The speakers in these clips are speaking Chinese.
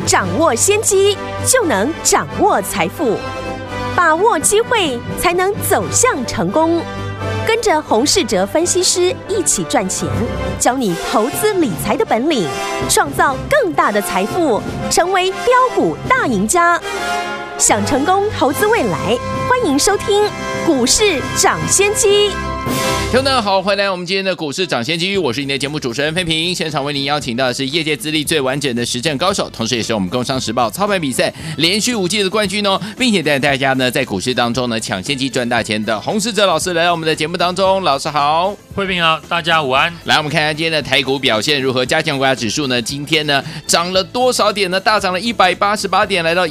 掌握先机，就能掌握财富。把握机会，才能走向成功。跟着洪士哲分析师一起赚钱，教你投资理财的本领，创造更大的财富，成为标股大赢家。想成功投资未来，欢迎收听股市涨先机。 听众朋友好，欢迎来到我们今天的股市涨先机，我是您的节目主持人飞平。现场为您邀请到的是业界资历最完整的实战高手，同时也是我们工商时报操盘比赛连续5季的冠军哦，并且带大家呢在股市当中呢抢先机赚大钱的洪士哲老师来到我们的节目当中。老师好。 慧平好，大家午安。 来，我们看看今天的台股表现如何。加权股价指数呢，今天呢涨了多少点呢？大涨了188点，来到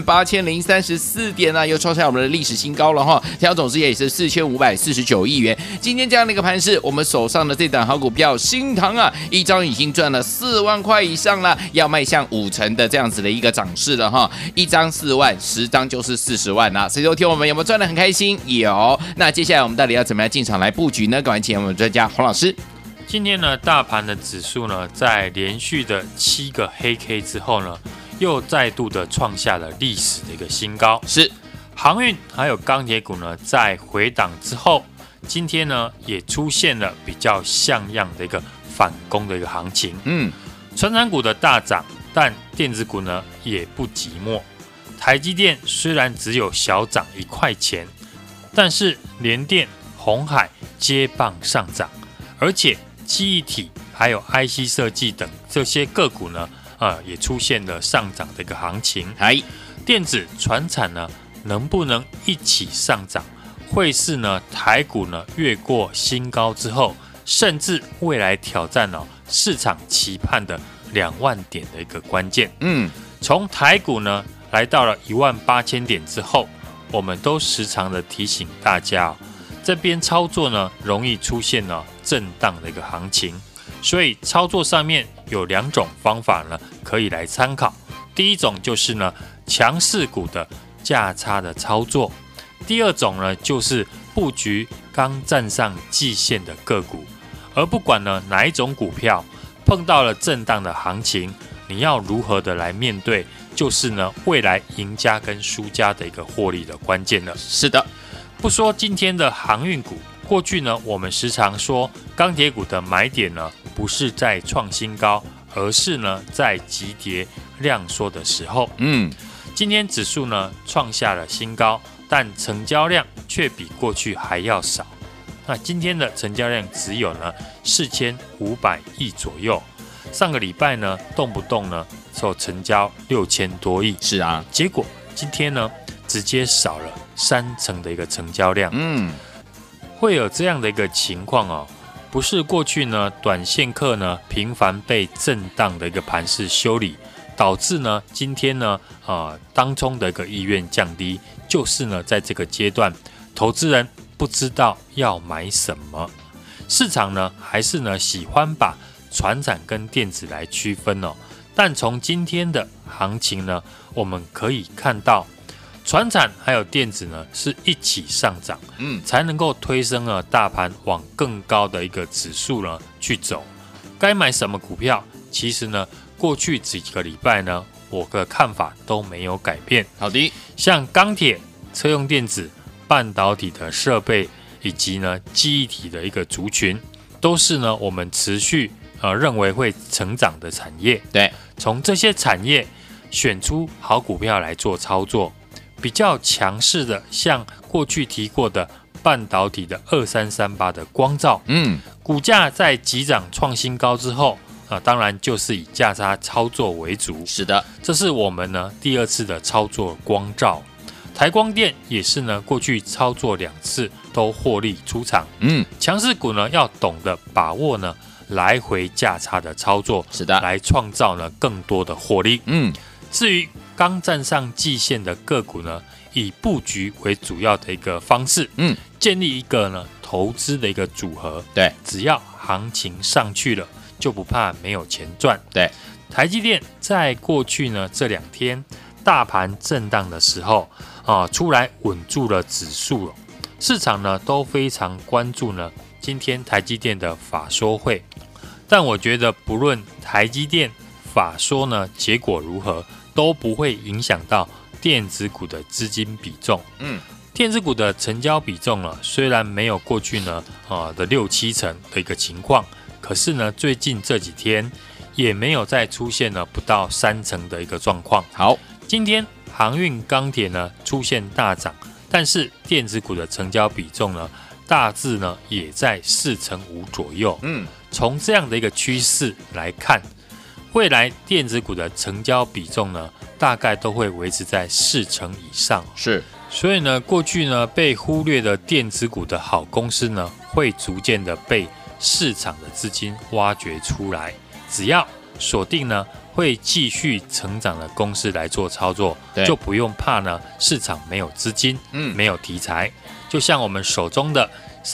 18034点啊，又创下我们的历史新高了哈。成交总值也是4549亿元。今天这样的一个盘势，我们手上的这档好股票新唐啊，一张已经赚了4万块以上了，要迈向5成的这样子的一个涨势了哈。一张4万，10张就是40万啊。所以说，听我们有没有赚得很开心？有。那接下来我们到底要怎么样进场来布局呢？赶快请我们专家洪老师。 今天呢，大盘的指数呢，在连续的7个黑 K 之后呢，又再度的创下了历史的一个新高。 是， 航运还有钢铁股呢，在回档之后，今天呢也出现了比较像样的一个反攻的一个行情。传产股的大涨，但电子股呢也不寂寞。台积电虽然只有小涨1块钱，但是联电、鸿海接棒上涨，而且记忆体还有 IC 设计等这些个股呢，也出现了上涨的一个行情。电子、传产呢能不能一起上涨？会是呢台股呢越过新高之后，甚至未来挑战市场期盼的2万点的一个关键。从台股呢来到了18000点之后，我们都时常的提醒大家这边操作呢容易出现了震荡的一个行情，所以操作上面有2种方法呢可以来参考。第一种就是呢强势股的价差的操作。第二种呢，就是布局刚站上季线的个股，而不管呢哪一种股票碰到了震荡的行情，你要如何的来面对，就是呢未来赢家跟输家的一个获利的关键了。 是的， 不说今天的航运股，过去呢我们时常说钢铁股的买点呢不是在创新高，而是呢在急跌量缩的时候。今天指数呢创下了新高，但成交量却比过去还要少。那今天的成交量只有呢4500亿左右，上个礼拜呢动不动呢就成交6000多亿。 是啊， 结果今天呢直接少了30%的一个成交量。会有这样的一个情况不是过去呢短线客呢频繁被震荡的一个盘势修理，导致呢今天呢当冲的一个意愿降低，就是呢在这个阶段投资人不知道要买什么，市场呢还是呢喜欢把传产跟电子来区分但从今天的行情呢我们可以看到传产还有电子呢是一起上涨，才能够推升了大盘往更高的一个指数呢去走。该买什么股票，其实呢过去几个礼拜呢我的看法都没有改变。 好的， 像钢铁、车用电子、半导体的设备以及呢记忆体的一个族群，都是呢我们持续认为会成长的产业。 对， 从这些产业选出好股票来做操作。比较强势的，像过去提过的半导体的2338的光罩，股价在急涨创新高之后，当然就是以价差操作为主。 是的， 这是我们呢第2次的操作光罩。台光电也是呢过去操作2次都获利出场。强势股呢要懂得把握呢来回价差的操作， 是的， 来创造呢更多的获利。至于刚站上季线的个股呢，以布局为主要的一个方式，建立一个呢投资的一个组合。对，只要行情上去了，就不怕没有钱赚。对，台积电在过去呢这2天大盘震荡的时候出来稳住了指数了，市场呢都非常关注呢今天台积电的法说会。但我觉得不论台积电、 法说呢，结果如何都不会影响到电子股的资金比重。电子股的成交比重呢，虽然没有过去呢的6-7成的一个情况，可是呢，最近这几天也没有再出现了不到3成的一个状况。 好， 今天航运、钢铁呢出现大涨，但是电子股的成交比重呢，大致呢也在4.5%左右。从这样的一个趋势来看，未来电子股的成交比重呢，大概都会维持在4成以上。 是， 所以呢，过去呢被忽略的电子股的好公司呢，会逐渐的被市场的资金挖掘出来。只要锁定呢会继续成长的公司来做操作，就不用怕呢市场没有资金，没有题材。就像我们手中的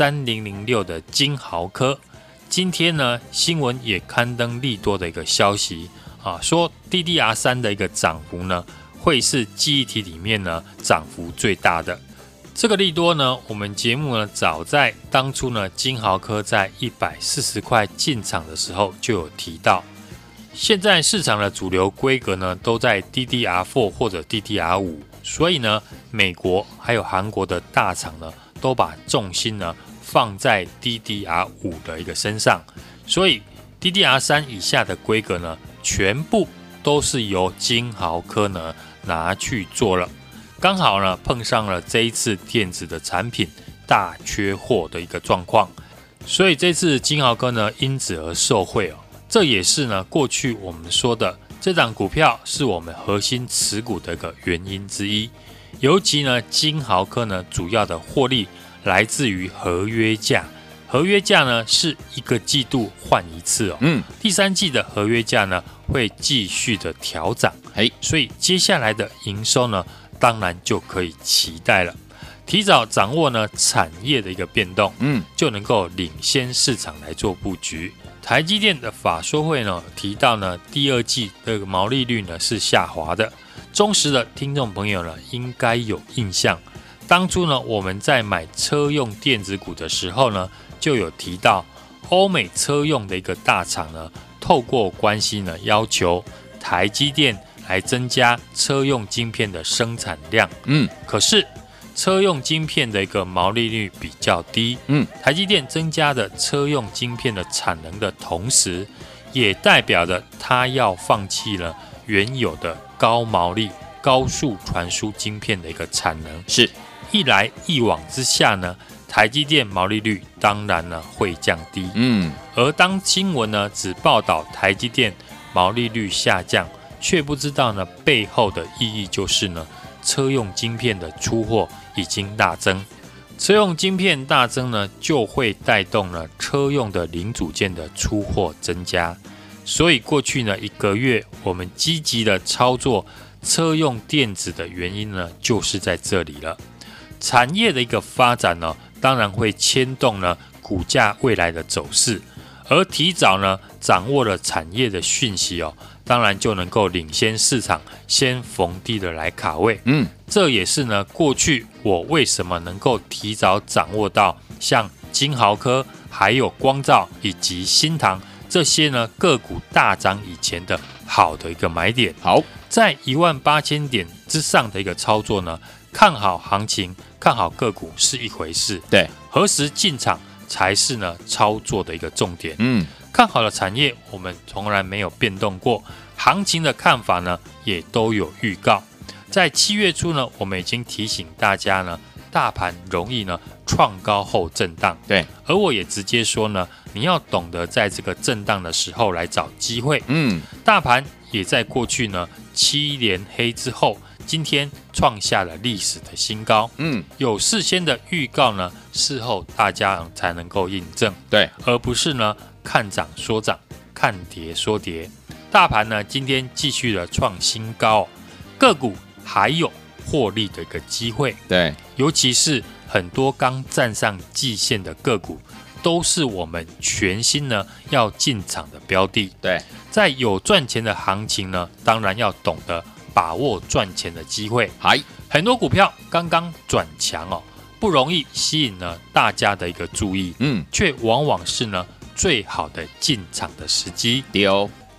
3006的金豪科，今天呢新闻也刊登利多的一个消息啊，说 DDR3 的一个涨幅呢，会是记忆体里面呢涨幅最大的。这个利多呢，我们节目呢早在当初呢金豪科在140块进场的时候就有提到。现在市场的主流规格呢都在 DDR4 或者 DDR5， 所以呢美国还有韩国的大厂呢都把重心呢放在 DDR5 的一个身上，所以 DDR3 以下的规格呢全部都是由金豪科呢拿去做了。刚好呢碰上了这一次电子的产品大缺货的一个状况，所以这次金豪科呢因此而受惠哦。这也是呢过去我们说的这档股票是我们核心持股的一个原因之一。尤其呢金豪科呢主要的获利来自于合约价，合约价呢是1个季度换一次哦。第3季的合约价呢会继续的调涨，所以接下来的营收呢当然就可以期待了。提早掌握呢产业的一个变动，就能够领先市场来做布局。台积电的法说会呢提到呢第2季的毛利率呢是下滑的，忠实的听众朋友呢应该有印象。当初呢我们在买车用电子股的时候呢，就有提到欧美车用的一个大厂呢，透过关系呢要求台积电来增加车用晶片的生产量。可是车用晶片的一个毛利率比较低，台积电增加的车用晶片的产能的同时，也代表着它要放弃了原有的高毛利高速传输晶片的一个产能。是，一来一往之下呢，台积电毛利率当然呢会降低。而当新闻呢只报道台积电毛利率下降，却不知道呢背后的意义就是呢车用晶片的出货已经大增，车用晶片大增呢，就会带动了车用的零组件的出货增加。所以过去呢1个月，我们积极的操作车用电子的原因呢，就是在这里了。产业的一个发展呢，当然会牵动了股价未来的走势，而提早呢掌握了产业的讯息哦，当然就能够领先市场，先逢低的来卡位。这也是呢过去我为什么能够提早掌握到像金豪科、还有光罩以及新唐这些呢个股大涨以前的好的一个买点。好，在18000点之上的一个操作呢，看好行情、看好个股是一回事，对，何时进场才是呢操作的一个重点。看好的产业我们从来没有变动过，行情的看法呢也都有预告。在7月初呢，我们已经提醒大家呢，大盘容易呢创高后震荡，对，而我也直接说呢，你要懂得在这个震荡的时候来找机会。大盘也在过去呢7连黑之后，今天创下了历史的新高。有事先的预告呢，事后大家才能够印证，对，而不是呢看涨说涨，看跌说跌。大盘呢今天继续的创新高，个股还有获利的一个机会，对，尤其是很多刚站上季线的个股，都是我们全新呢要进场的标的。对，在有赚钱的行情呢，当然要懂得把握赚钱的机会。很多股票刚刚转强哦，不容易吸引了大家的一个注意，却往往是呢最好的进场的时机。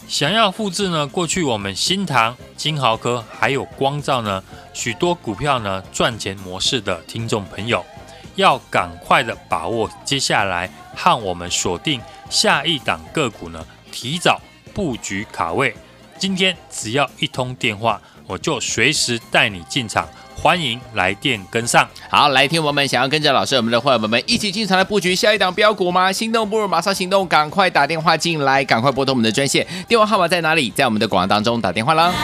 想要复制呢过去我们新唐、金豪科还有光罩呢许多股票呢赚钱模式的听众朋友，要赶快的把握接下来和我们锁定下一档个股呢，提早布局卡位。今天只要一通电话，我就随时带你进场。欢迎来电跟上。 好，来听我们想要跟着老师我们的伙伴们一起进场来布局下一档标股吗？心动不如马上行动，赶快打电话进来，赶快拨通我们的专线，电话号码在哪里？在我们的广告当中打电话啦。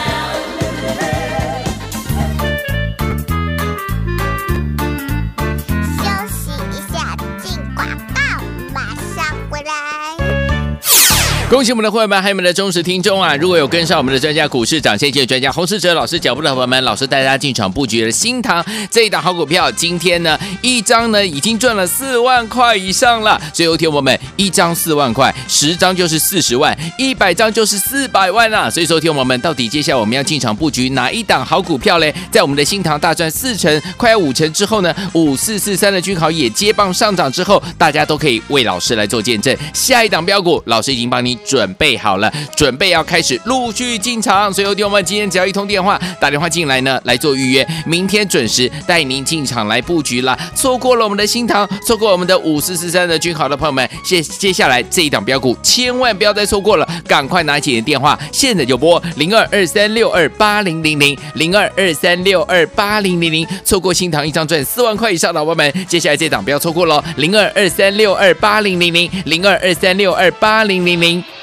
恭喜我们的会员们还有我们的忠实听众啊！如果有跟上我们的专家股市涨先见专家洪士哲老师脚步的伙伴们，老师带大家进场布局了新唐这一档好股票，今天呢一张呢已经赚了4万块以上了。所以有听我们一张4万块，10张就是40万，100张就是400万啊！所以说听我们到底接下来我们要进场布局哪一档好股票嘞？在我们的新唐大赚4成，快要5成之后呢，5443的军豪也接棒上涨之后，大家都可以为老师来做见证。下一档标股，老师已经帮你准备好了，准备要开始陆续进场，所以我们今天只要一通电话打电话进来呢，来做预约，明天准时带您进场来布局啦。错过了我们的新唐，错过我们的5443的军豪的朋友们，接下来这一档标股千万不要再错过了，赶快拿起你的电话，现在就拨0223628000，0223628000，错过新唐一张赚4万块以上的伙伴们，接下来这档不要错过了，0223628000，0223628000。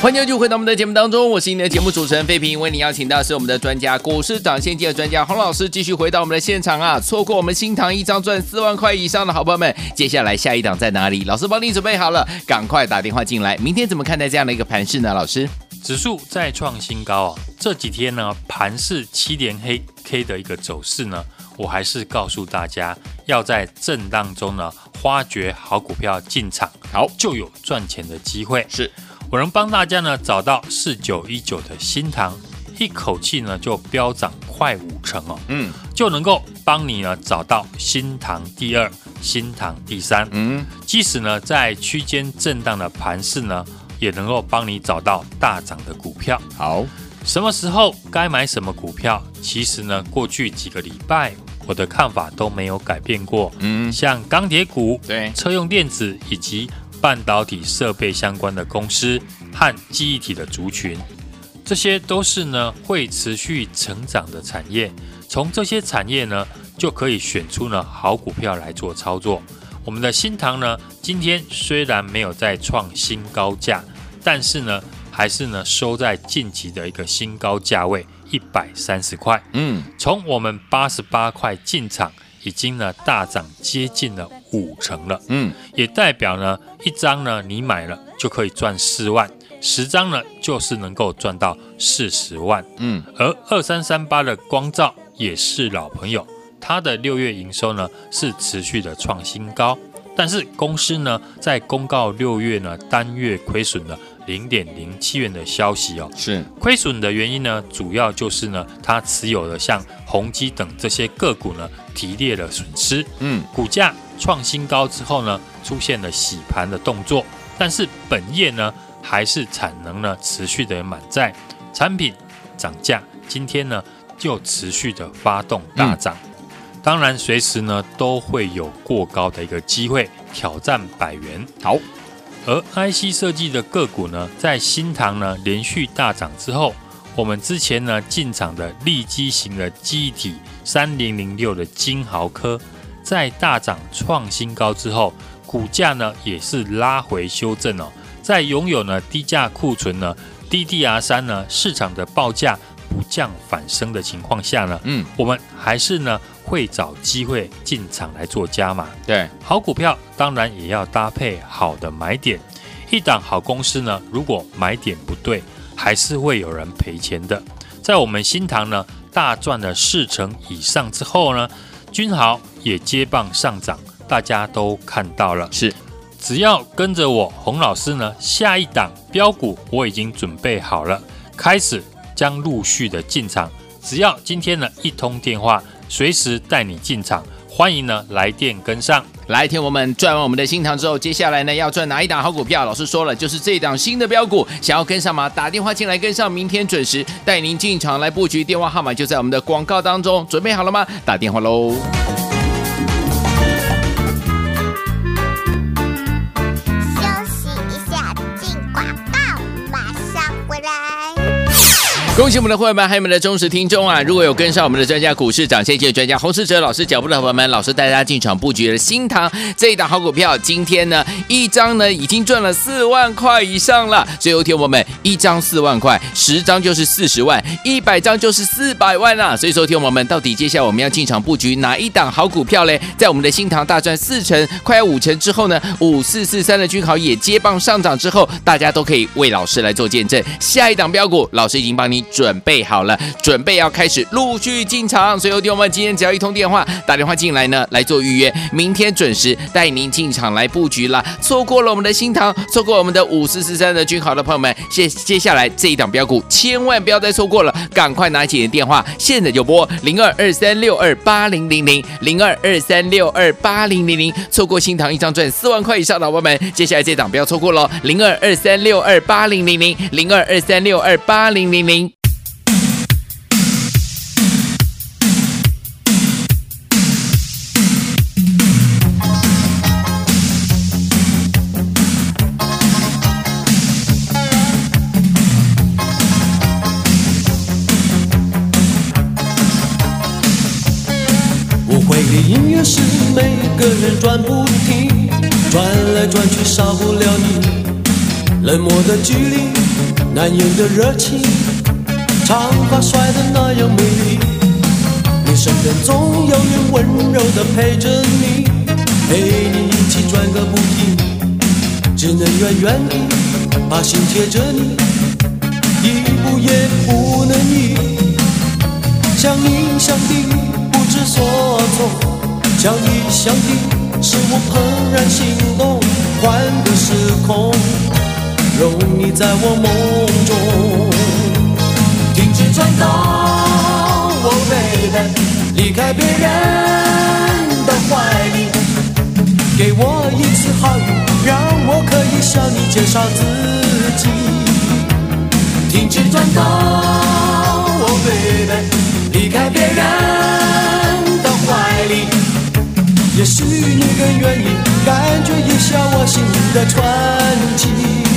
欢迎继续回到我们的节目当中，我是你的节目主持人费平，为您邀请到是我们的专家股市涨先机的专家洪老师，继续回到我们的现场啊！错过我们新唐一张赚4万块以上的好朋友们，接下来下一档在哪里？老师帮你准备好了，赶快打电话进来。明天怎么看待这样的一个盘势呢？老师， 指数再创新高啊！这几天呢，盘势7连黑 K 的一个走势呢，我还是告诉大家，要在震荡中呢，发掘好股票进场，好就有赚钱的机会。 是。 我能帮大家呢找到4919的新唐，一口气呢就飙涨快50%哦，就能够帮你呢找到新唐第2、新唐第3，即使呢在区间震荡的盘势呢，也能够帮你找到大涨的股票。 好， 什么时候该买什么股票？其实呢，过去几个礼拜我的看法都没有改变过。像钢铁股、 对， 车用电子以及半导体设备相关的公司和记忆体的族群，这些都是呢会持续成长的产业。从这些产业呢，就可以选出呢好股票来做操作。我们的新唐呢，今天虽然没有再创新高价，但是呢，还是呢收在近期的一个新高价位130块。从我们88块进场，已经呢大涨接近了50%了。也代表呢一张呢你买了就可以赚4万，10张呢就是能够赚到40万。而2338的光罩也是老朋友，它的6月营收呢是持续的创新高，但是公司呢在公告6月呢单月亏损了0.07元的消息哦。 是亏损的原因呢，主要就是呢它持有了像宏基等这些个股呢提列了损失。股价创新高之后呢，出现了洗盘的动作，但是本业呢还是产能呢持续的满载，产品涨价，今天呢就持续的发动大涨。当然随时呢都会有过高的一个机会挑战100元。好，而 IC 设计的个股呢，在新唐呢连续大涨之后，我们之前呢进场的利基型的记忆体3006的金豪科，在大涨创新高之后，股价呢也是拉回修正哦。在拥有呢低价库存呢 DDR3 呢市场的报价不降反升的情况下呢，我们还是呢会找机会进场来做加码。 对， 好股票当然也要搭配好的买点。一档好公司呢，如果买点不对，还是会有人赔钱的。在我们新唐呢大赚了40%以上之后呢，君豪也接棒上涨，大家都看到了。是，只要跟着我洪老师呢，下一档标股我已经准备好了，开始将陆续的进场。只要今天呢一通电话，随时带你进场，欢迎呢来电跟上。 来，听我们赚完我们的新唐之后，接下来呢要赚哪一档好股票？老师说了，就是这一档新的标股，想要跟上吗？打电话进来跟上，明天准时带您进场来布局，电话号码就在我们的广告当中，准备好了吗？打电话喽！恭喜我们的会员们，还有我们的忠实听众啊！如果有跟上我们的专家股市涨先机的专家洪士哲老师脚步的伙伴们，老师带大家进场布局了新唐这一档好股票，今天呢一张呢已经赚了4万块以上了。所以有天我们一张4万块，10张就是40万，100张就是400万啊！所以说天我们到底接下来我们要进场布局哪一档好股票嘞？在我们的新唐大赚40%，快要50%之后呢，5443的君豪也接棒上涨之后，大家都可以为老师来做见证。下一档标股，老师已经帮你准备好了，准备要开始陆续进场。所以有听我们今天只要一通电话打电话进来呢，来做预约，明天准时带您进场来布局啦。错过了我们的新唐，错过我们的5443的君豪的朋友们，接下来这一档标股千万不要再错过了，赶快拿起你的电话，现在就拨0223628000 0223628000，错过新唐一张赚4万块以上的伙伴们，接下来这档不要错过了0223628000 0223628000。 会的音乐是每个人转不停，转来转去少不了你，冷漠的距离难掩的热情，长发甩得那样美丽。你身边总有人温柔地陪着你，陪你一起转个不停，只能远远地把心贴着你，一步也不能移。想你想的不知所措，想你想的使我怦然心动，换个时空，容你在我梦中。停止转动，Oh baby， 离开别人的怀里，给我一次好运，让我可以向你介绍自己。停止转动，Oh baby， 离开别人的怀里，也许你更愿意感觉一下我心的传奇。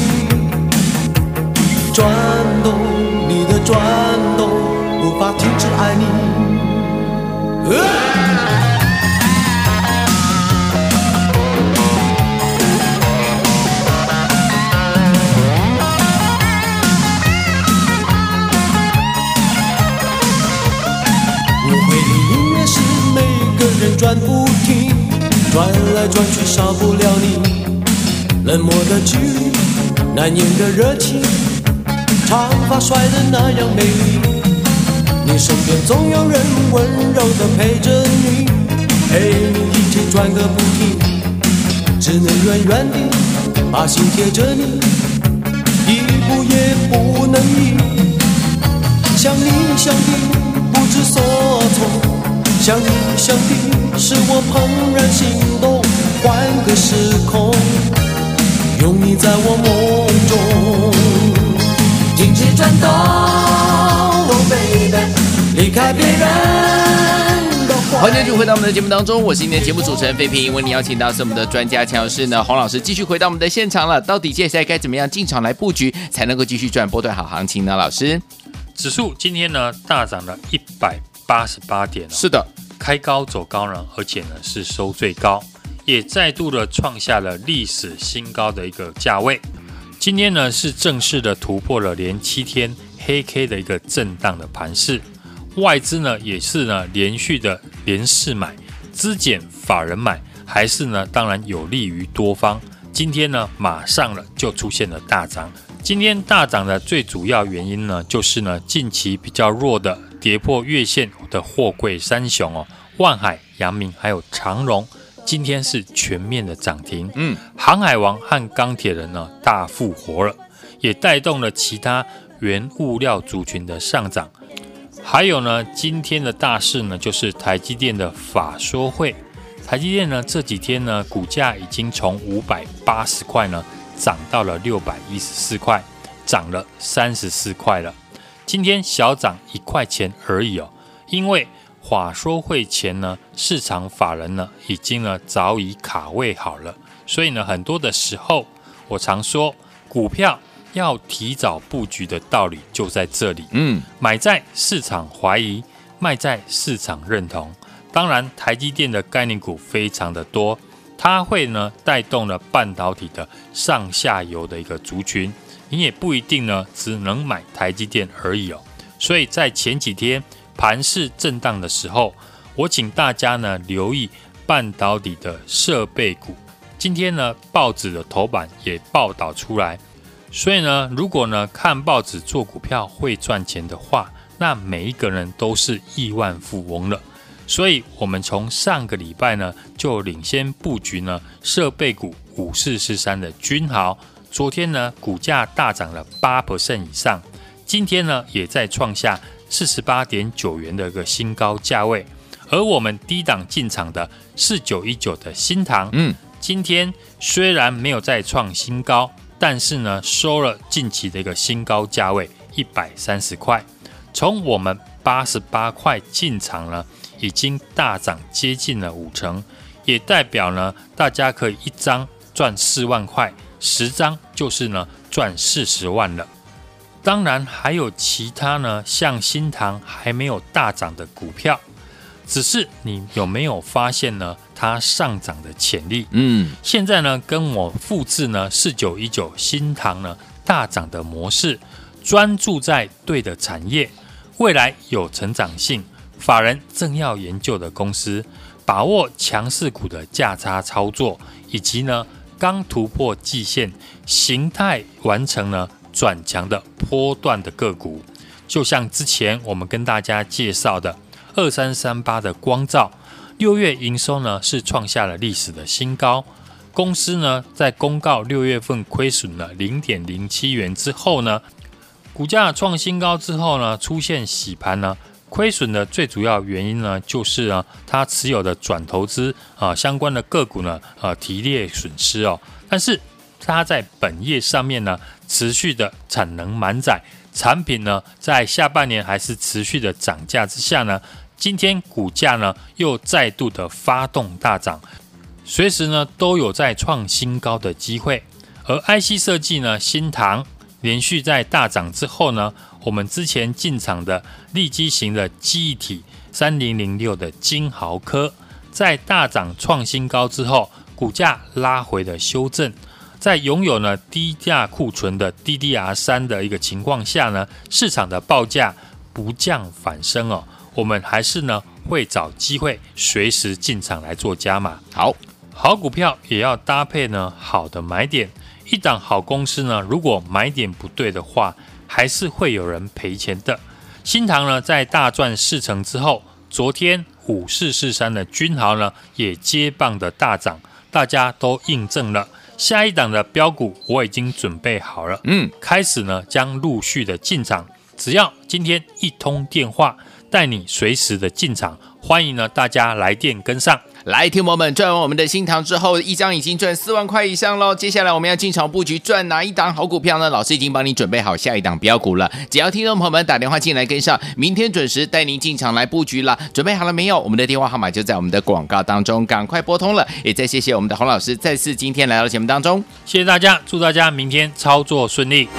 转动你的转动，无法停止爱你。误会的音乐是每个人转不停，转来转去少不了你。冷漠的距离，难掩的热情，长发甩得那样美丽。你身边总有人温柔地陪着你，陪你一起转个不停，只能远远地把心贴着你，一步也不能移。想你想的不知所措，想你想的使我怦然心动，换个时空，拥你在我梦中。停止转动，Oh baby， 离开别人的怀里。 欢迎继续回到我们的节目当中，我是今天的节目主持人费平。为您邀请到是我们的专家强老师呢，洪老师继续回到我们的现场了。到底接下来该怎么样进场来布局，才能够继续赚波段好行情呢？老师， 指数今天呢大涨了188点， 是的， 开高走高呢，而且呢是收最高，也再度的创下了历史新高的一个价位。今天呢是正式的突破了连7天黑 K 的一个震荡的盘势，外资呢也是呢连续的连市买，资减法人买，还是呢当然有利于多方。今天呢马上了就出现了大涨。今天大涨的最主要原因呢，就是呢近期比较弱的跌破月线的货柜三雄哦，万海、阳明还有长荣。今天是全面的涨停，航海王和钢铁人呢大复活了，也带动了其他原物料族群的上涨。还有呢，今天的大事呢就是台积电的法说会。台积电呢这几天呢股价已经从580块呢涨到了614块，涨了34块了。今天小涨1块钱而已哦，因为法说会前呢，市场法人呢已经呢早已卡位好了，所以呢很多的时候，我常说股票要提早布局的道理就在这里。买在市场怀疑，卖在市场认同。当然，台积电的概念股非常的多，它会呢带动了半导体的上下游的一个族群，你也不一定呢只能买台积电而已哦。所以在前几天盘势震荡的时候，我请大家呢留意半导体的设备股。今天呢报纸的头版也报道出来，所以呢如果呢看报纸做股票会赚钱的话，那每一个人都是亿万富翁了。所以我们从上个礼拜呢就领先布局呢设备股5443的君豪，昨天呢股价大涨了 8% 以上，今天呢也在创下48.9元的一个新高价位。而我们低档进场的4919的新唐，今天虽然没有再创新高，但是呢收了近期的一个新高价位130块。从我们88块进场呢，已经大涨接近了50%，也代表呢大家可以一张赚4万块，10张就是呢赚40万了。当然还有其他呢，像新唐还没有大涨的股票，只是你有没有发现呢它上涨的潜力？现在呢跟我复制呢4919新唐呢大涨的模式， 专注在对的产业，未来有成长性，法人正要研究的公司，把握强势股的价差操作，以及呢刚突破季线，形态完成了转强的波段的个股，就像之前我们跟大家介绍的2338的光罩，6月营收呢是创下了历史的新高。公司呢在公告6月份亏损了 0.07 元之后呢，股价创新高之后呢出现洗盘呢，亏损的最主要原因呢就是呢它持有的转投资相关的个股呢提列损失哦，但是它在本业上面呢持续的产能满载，产品呢在下半年还是持续的涨价之下呢，今天股价呢又再度的发动大涨，随时呢都有在创新高的机会。而 IC 设计呢，新唐连续在大涨之后呢，我们之前进场的利基型的记忆体3006的金豪科，在大涨创新高之后，股价拉回的修正，在拥有呢低价库存的 DDR3 的一个情况下呢，市场的报价不降反升哦，我们还是呢会找机会随时进场来做加码。好股票也要搭配呢好的买点，一档好公司呢，如果买点不对的话，还是会有人赔钱的。新唐呢在大赚4成之后，昨天5443的君豪呢也接棒的大涨，大家都印证了。下一档的标股我已经准备好了，开始呢将陆续的进场，只要今天一通电话，带你随时的进场，欢迎呢大家来电跟上。 来，听友们，赚完我们的新唐之后，一张已经赚4万块以上咯。接下来我们要进场布局赚哪一档好股票呢？老师已经帮你准备好下一档标股了，只要听众朋友们打电话进来跟上，明天准时带您进场来布局了。准备好了没有？我们的电话号码就在我们的广告当中，赶快拨通了。也再谢谢我们的洪老师再次今天来到节目当中， 谢谢大家，祝大家明天操作顺利。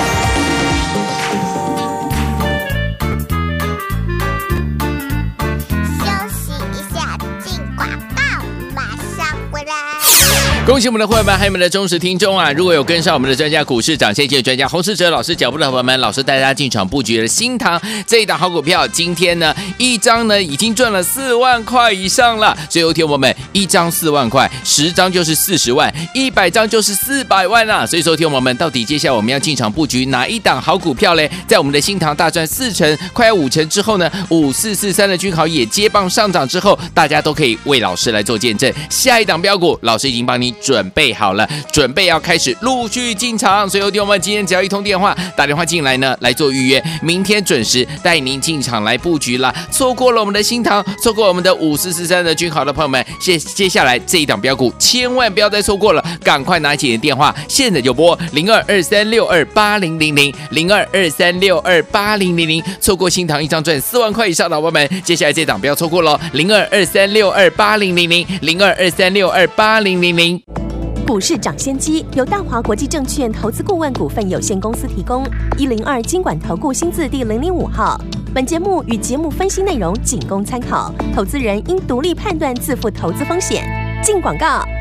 恭喜我们的会员们还有我们的忠实听众啊！如果有跟上我们的专家股市涨先机的专家洪士哲老师脚步的伙伴们，老师带大家进场布局了新唐这一档好股票，今天呢一张呢已经赚了4万块以上了。所以有听我们一张4万块，10张就是40万，100张就是400万啊！所以说听我们到底接下来我们要进场布局哪一档好股票嘞？在我们的新唐大赚4成，快要5成之后呢，5443的君豪也接棒上涨之后，大家都可以为老师来做见证。下一档标股，老师已经帮你准备好了，准备要开始陆续进场。所以有听我们今天只要一通电话打电话进来呢，来做预约，明天准时带您进场来布局啦。错过了我们的新唐，错过我们的5443的君豪的朋友们，接下来这一档标股千万不要再错过了，赶快拿起你的电话，现在就拨0223628000 0223628000，错过新唐一张赚4万块以上的伙伴们，接下来这档不要错过咯，0223628000 0223628000。 股市涨先机由大华国际证券投资顾问股份有限公司提供，102金管投顾新字第005号。本节目与节目分析内容仅供参考，投资人应独立判断，自负投资风险。进广告。